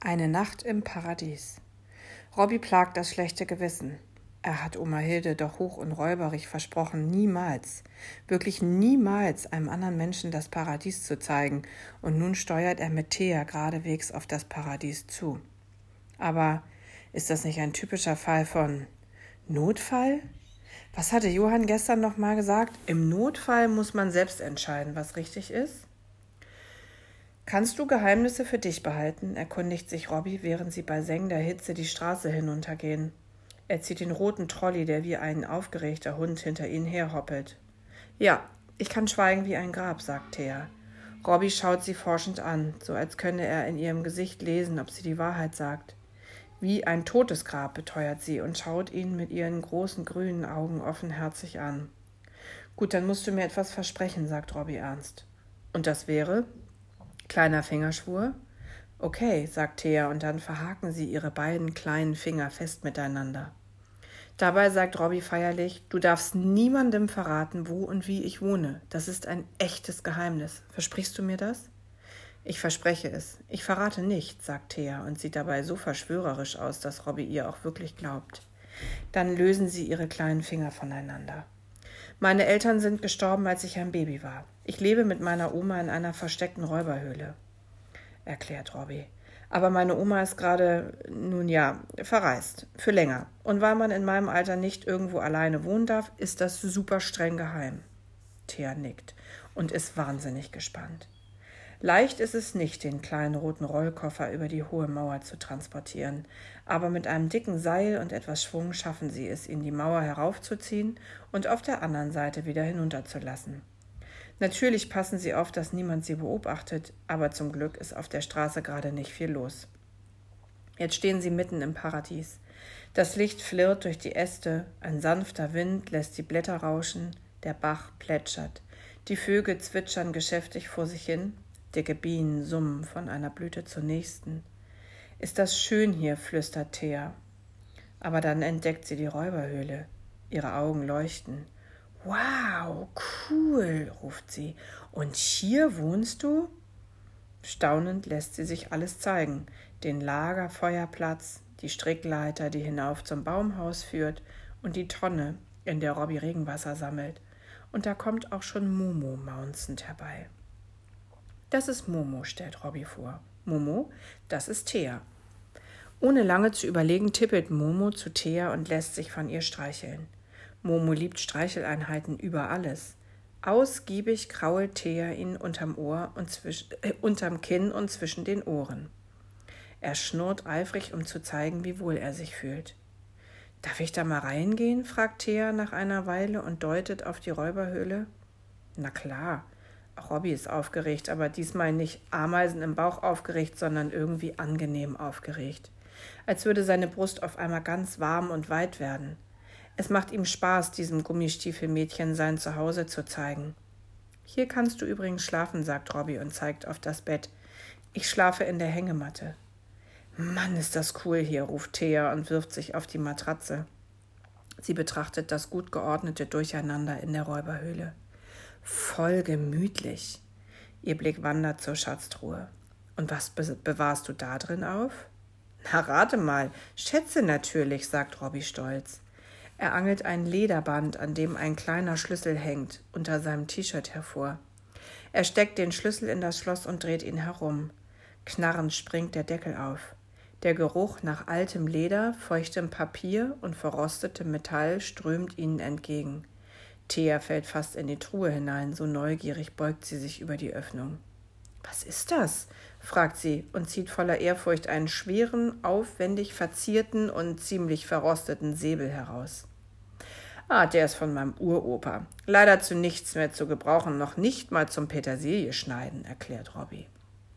Eine Nacht im Paradies. Robby plagt das schlechte Gewissen. Er hat Oma Hilde doch hoch und räuberig versprochen, niemals, wirklich niemals einem anderen Menschen das Paradies zu zeigen, und nun steuert er mit Thea geradewegs auf das Paradies zu. Aber ist das nicht ein typischer Fall von Notfall? Was hatte Johann gestern noch mal gesagt? Im Notfall muss man selbst entscheiden, was richtig ist? Kannst du Geheimnisse für dich behalten, erkundigt sich Robby, während sie bei sengender Hitze die Straße hinuntergehen. Er zieht den roten Trolley, der wie ein aufgeregter Hund hinter ihnen herhoppelt. Ja, ich kann schweigen wie ein Grab, sagt Thea. Robby schaut sie forschend an, so als könne er in ihrem Gesicht lesen, ob sie die Wahrheit sagt. Wie ein totes Grab, beteuert sie und schaut ihn mit ihren großen grünen Augen offenherzig an. Gut, dann musst du mir etwas versprechen, sagt Robby ernst. Und das wäre? Kleiner Fingerschwur? Okay, sagt Thea, und dann verhaken sie ihre beiden kleinen Finger fest miteinander. Dabei sagt Robby feierlich, du darfst niemandem verraten, wo und wie ich wohne. Das ist ein echtes Geheimnis. Versprichst du mir das? Ich verspreche es. Ich verrate nichts, sagt Thea und sieht dabei so verschwörerisch aus, dass Robby ihr auch wirklich glaubt. Dann lösen sie ihre kleinen Finger voneinander. Meine Eltern sind gestorben, als ich ein Baby war. Ich lebe mit meiner Oma in einer versteckten Räuberhöhle, erklärt Robby. Aber meine Oma ist gerade, verreist. Für länger. Und weil man in meinem Alter nicht irgendwo alleine wohnen darf, ist das super streng geheim. Thea nickt und ist wahnsinnig gespannt. Leicht ist es nicht, den kleinen roten Rollkoffer über die hohe Mauer zu transportieren, aber mit einem dicken Seil und etwas Schwung schaffen sie es, ihn die Mauer heraufzuziehen und auf der anderen Seite wieder hinunterzulassen. Natürlich passen sie auf, dass niemand sie beobachtet, aber zum Glück ist auf der Straße gerade nicht viel los. Jetzt stehen sie mitten im Paradies. Das Licht flirrt durch die Äste, ein sanfter Wind lässt die Blätter rauschen, der Bach plätschert, die Vögel zwitschern geschäftig vor sich hin, dicke Bienen summen von einer Blüte zur nächsten. Ist das schön hier, flüstert Thea. Aber dann entdeckt sie die Räuberhöhle. Ihre Augen leuchten. Wow, cool, ruft sie. Und hier wohnst du? Staunend lässt sie sich alles zeigen. Den Lagerfeuerplatz, die Strickleiter, die hinauf zum Baumhaus führt, und die Tonne, in der Robby Regenwasser sammelt. Und da kommt auch schon Momo maunzend herbei. Das ist Momo, stellt Robby vor. Momo, das ist Thea. Ohne lange zu überlegen, tippelt Momo zu Thea und lässt sich von ihr streicheln. Momo liebt Streicheleinheiten über alles. Ausgiebig krault Thea ihn unterm Kinn und zwischen den Ohren. Er schnurrt eifrig, um zu zeigen, wie wohl er sich fühlt. Darf ich da mal reingehen? Fragt Thea nach einer Weile und deutet auf die Räuberhöhle. Na klar. Robby ist aufgeregt, aber diesmal nicht Ameisen im Bauch aufgeregt, sondern irgendwie angenehm aufgeregt. Als würde seine Brust auf einmal ganz warm und weit werden. Es macht ihm Spaß, diesem Gummistiefelmädchen sein Zuhause zu zeigen. Hier kannst du übrigens schlafen, sagt Robby und zeigt auf das Bett. Ich schlafe in der Hängematte. Mann, ist das cool hier, ruft Thea und wirft sich auf die Matratze. Sie betrachtet das gut geordnete Durcheinander in der Räuberhöhle. Voll gemütlich. Ihr Blick wandert zur Schatztruhe. Und was bewahrst du da drin auf? Na, rate mal. Schätze natürlich, sagt Robby stolz. Er angelt ein Lederband, an dem ein kleiner Schlüssel hängt, unter seinem T-Shirt hervor. Er steckt den Schlüssel in das Schloss und dreht ihn herum. Knarrend springt der Deckel auf. Der Geruch nach altem Leder, feuchtem Papier und verrostetem Metall strömt ihnen entgegen. Thea fällt fast in die Truhe hinein, so neugierig beugt sie sich über die Öffnung. Was ist das? Fragt sie und zieht voller Ehrfurcht einen schweren, aufwendig verzierten und ziemlich verrosteten Säbel heraus. Der ist von meinem Uropa. Leider zu nichts mehr zu gebrauchen, noch nicht mal zum Petersilie-Schneiden, erklärt Robby.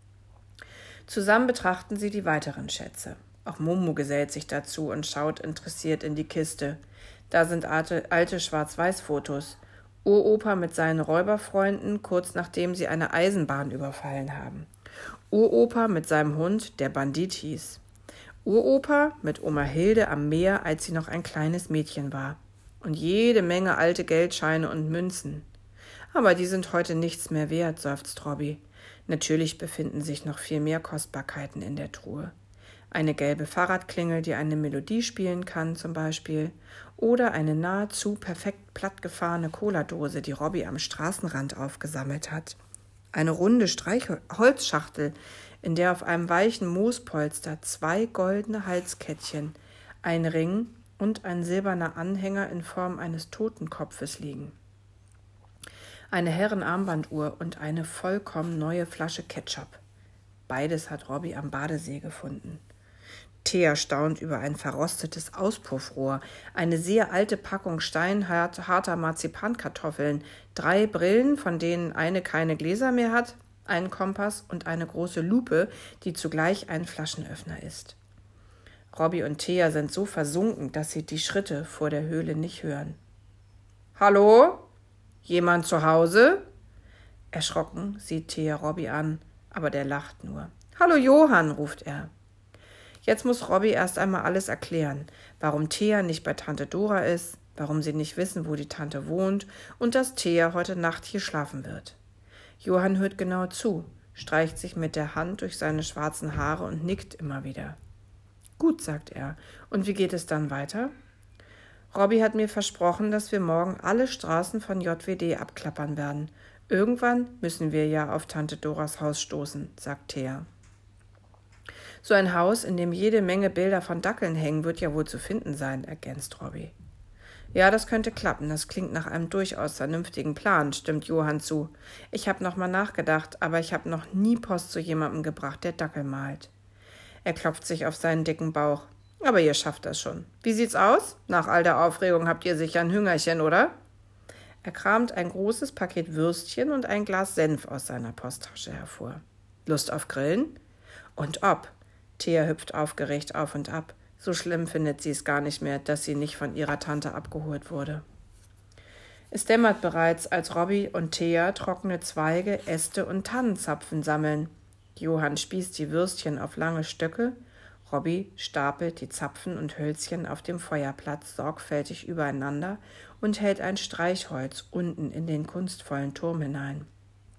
Zusammen betrachten sie die weiteren Schätze. Auch Momo gesellt sich dazu und schaut interessiert in die Kiste. Da sind alte Schwarz-Weiß-Fotos. Uropa mit seinen Räuberfreunden, kurz nachdem sie eine Eisenbahn überfallen haben. Uropa mit seinem Hund, der Bandit hieß. Uropa mit Oma Hilde am Meer, als sie noch ein kleines Mädchen war. Und jede Menge alte Geldscheine und Münzen. Aber die sind heute nichts mehr wert, seufzt Robby. Natürlich befinden sich noch viel mehr Kostbarkeiten in der Truhe. Eine gelbe Fahrradklingel, die eine Melodie spielen kann zum Beispiel, oder eine nahezu perfekt plattgefahrene Cola-Dose, die Robby am Straßenrand aufgesammelt hat. Eine runde Streichholzschachtel, in der auf einem weichen Moospolster 2 goldene Halskettchen, ein Ring und ein silberner Anhänger in Form eines Totenkopfes liegen. Eine Herrenarmbanduhr und eine vollkommen neue Flasche Ketchup. Beides hat Robby am Badesee gefunden. Thea staunt über ein verrostetes Auspuffrohr, eine sehr alte Packung steinharter Marzipankartoffeln, 3 Brillen, von denen eine keine Gläser mehr hat, einen Kompass und eine große Lupe, die zugleich ein Flaschenöffner ist. Robby und Thea sind so versunken, dass sie die Schritte vor der Höhle nicht hören. »Hallo? Jemand zu Hause?« Erschrocken sieht Thea Robby an, aber der lacht nur. »Hallo Johann«, ruft er. Jetzt muss Robby erst einmal alles erklären, warum Thea nicht bei Tante Dora ist, warum sie nicht wissen, wo die Tante wohnt und dass Thea heute Nacht hier schlafen wird. Johann hört genau zu, streicht sich mit der Hand durch seine schwarzen Haare und nickt immer wieder. »Gut«, sagt er. »Und wie geht es dann weiter?« »Robby hat mir versprochen, dass wir morgen alle Straßen von JWD abklappern werden. Irgendwann müssen wir ja auf Tante Doras Haus stoßen«, sagt Thea. »So ein Haus, in dem jede Menge Bilder von Dackeln hängen, wird ja wohl zu finden sein«, ergänzt Robby. »Ja, das könnte klappen, das klingt nach einem durchaus vernünftigen Plan«, stimmt Johann zu. »Ich habe nochmal nachgedacht, aber ich habe noch nie Post zu jemandem gebracht, der Dackel malt.« Er klopft sich auf seinen dicken Bauch. »Aber ihr schafft das schon. Wie sieht's aus? Nach all der Aufregung habt ihr sicher ein Hüngerchen, oder?« Er kramt ein großes Paket Würstchen und ein Glas Senf aus seiner Posttasche hervor. »Lust auf Grillen?« »Und ob«, Thea hüpft aufgeregt auf und ab. So schlimm findet sie es gar nicht mehr, dass sie nicht von ihrer Tante abgeholt wurde. Es dämmert bereits, als Robby und Thea trockene Zweige, Äste und Tannenzapfen sammeln. Johann spießt die Würstchen auf lange Stöcke, Robby stapelt die Zapfen und Hölzchen auf dem Feuerplatz sorgfältig übereinander und hält ein Streichholz unten in den kunstvollen Turm hinein.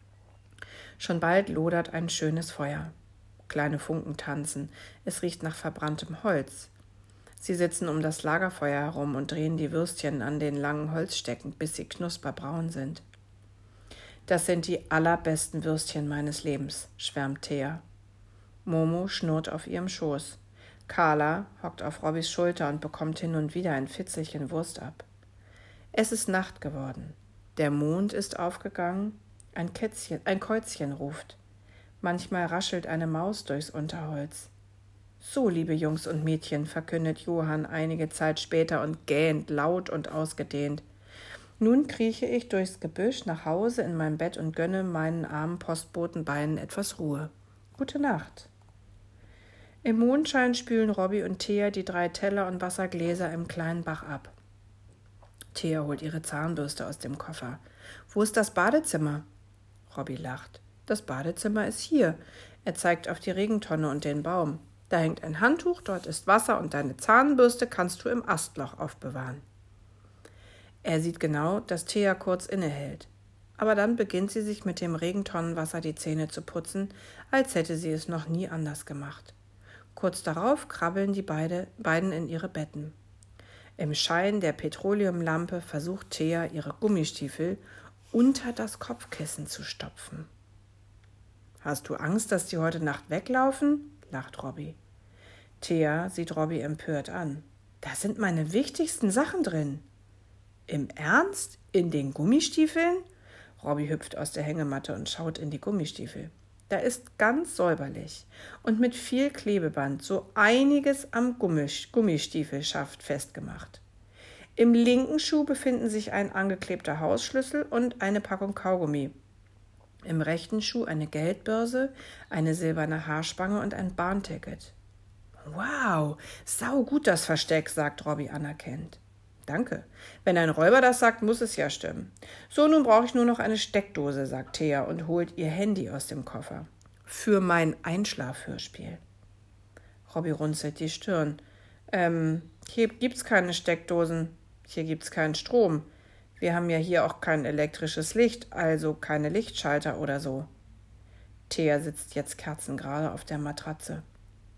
Schon bald lodert ein schönes Feuer. Kleine Funken tanzen, es riecht nach verbranntem Holz. Sie sitzen um das Lagerfeuer herum und drehen die Würstchen an den langen Holzstecken, bis sie knusperbraun sind. »Das sind die allerbesten Würstchen meines Lebens«, schwärmt Thea. Momo schnurrt auf ihrem Schoß. Carla hockt auf Robbys Schulter und bekommt hin und wieder ein Fitzelchen Wurst ab. Es ist Nacht geworden. Der Mond ist aufgegangen, ein Käuzchen ruft. Manchmal raschelt eine Maus durchs Unterholz. »So, liebe Jungs und Mädchen«, verkündet Johann einige Zeit später und gähnt laut und ausgedehnt. »Nun krieche ich durchs Gebüsch nach Hause in mein Bett und gönne meinen armen Postbotenbeinen etwas Ruhe. Gute Nacht.« Im Mondschein spülen Robby und Thea die 3 Teller und Wassergläser im kleinen Bach ab. Thea holt ihre Zahnbürste aus dem Koffer. »Wo ist das Badezimmer?« Robby lacht. »Das Badezimmer ist hier.« Er zeigt auf die Regentonne und den Baum. »Da hängt ein Handtuch, dort ist Wasser und deine Zahnbürste kannst du im Astloch aufbewahren.« Er sieht genau, dass Thea kurz innehält. Aber dann beginnt sie sich mit dem Regentonnenwasser die Zähne zu putzen, als hätte sie es noch nie anders gemacht. Kurz darauf krabbeln die beiden in ihre Betten. Im Schein der Petroleumlampe versucht Thea, ihre Gummistiefel unter das Kopfkissen zu stopfen. »Hast du Angst, dass die heute Nacht weglaufen?«, lacht Robby. Thea sieht Robby empört an. »Da sind meine wichtigsten Sachen drin.« »Im Ernst? In den Gummistiefeln?« Robby hüpft aus der Hängematte und schaut in die Gummistiefel. Da ist ganz säuberlich und mit viel Klebeband so einiges am Gummistiefelschaft festgemacht. Im linken Schuh befinden sich ein angeklebter Hausschlüssel und eine Packung Kaugummi. Im rechten Schuh eine Geldbörse, eine silberne Haarspange und ein Bahnticket. »Wow, saugut das Versteck«, sagt Robby anerkennend. »Danke. Wenn ein Räuber das sagt, muss es ja stimmen. So, nun brauche ich nur noch eine Steckdose«, sagt Thea und holt ihr Handy aus dem Koffer. »Für mein Einschlafhörspiel.« Robby runzelt die Stirn. Hier gibt's keine Steckdosen. Hier gibt's keinen Strom. Wir haben ja hier auch kein elektrisches Licht, also keine Lichtschalter oder so.« Thea sitzt jetzt kerzengerade auf der Matratze.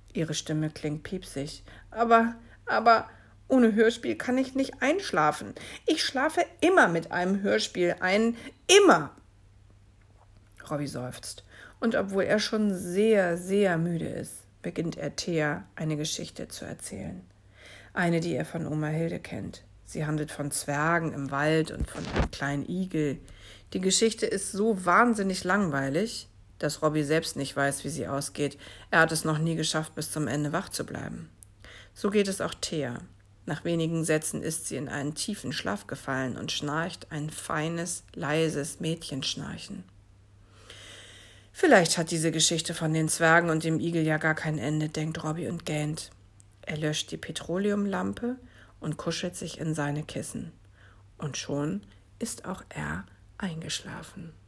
Ihre Stimme klingt piepsig. Aber, ohne Hörspiel kann ich nicht einschlafen. Ich schlafe immer mit einem Hörspiel ein. Immer! Robbie seufzt. Und obwohl er schon sehr, sehr müde ist, beginnt er Thea eine Geschichte zu erzählen. Eine, die er von Oma Hilde kennt. Sie handelt von Zwergen im Wald und von einem kleinen Igel. Die Geschichte ist so wahnsinnig langweilig, dass Robbie selbst nicht weiß, wie sie ausgeht. Er hat es noch nie geschafft, bis zum Ende wach zu bleiben. So geht es auch Thea. Nach wenigen Sätzen ist sie in einen tiefen Schlaf gefallen und schnarcht ein feines, leises Mädchenschnarchen. Vielleicht hat diese Geschichte von den Zwergen und dem Igel ja gar kein Ende, denkt Robbie und gähnt. Er löscht die Petroleumlampe und kuschelt sich in seine Kissen. Und schon ist auch er eingeschlafen.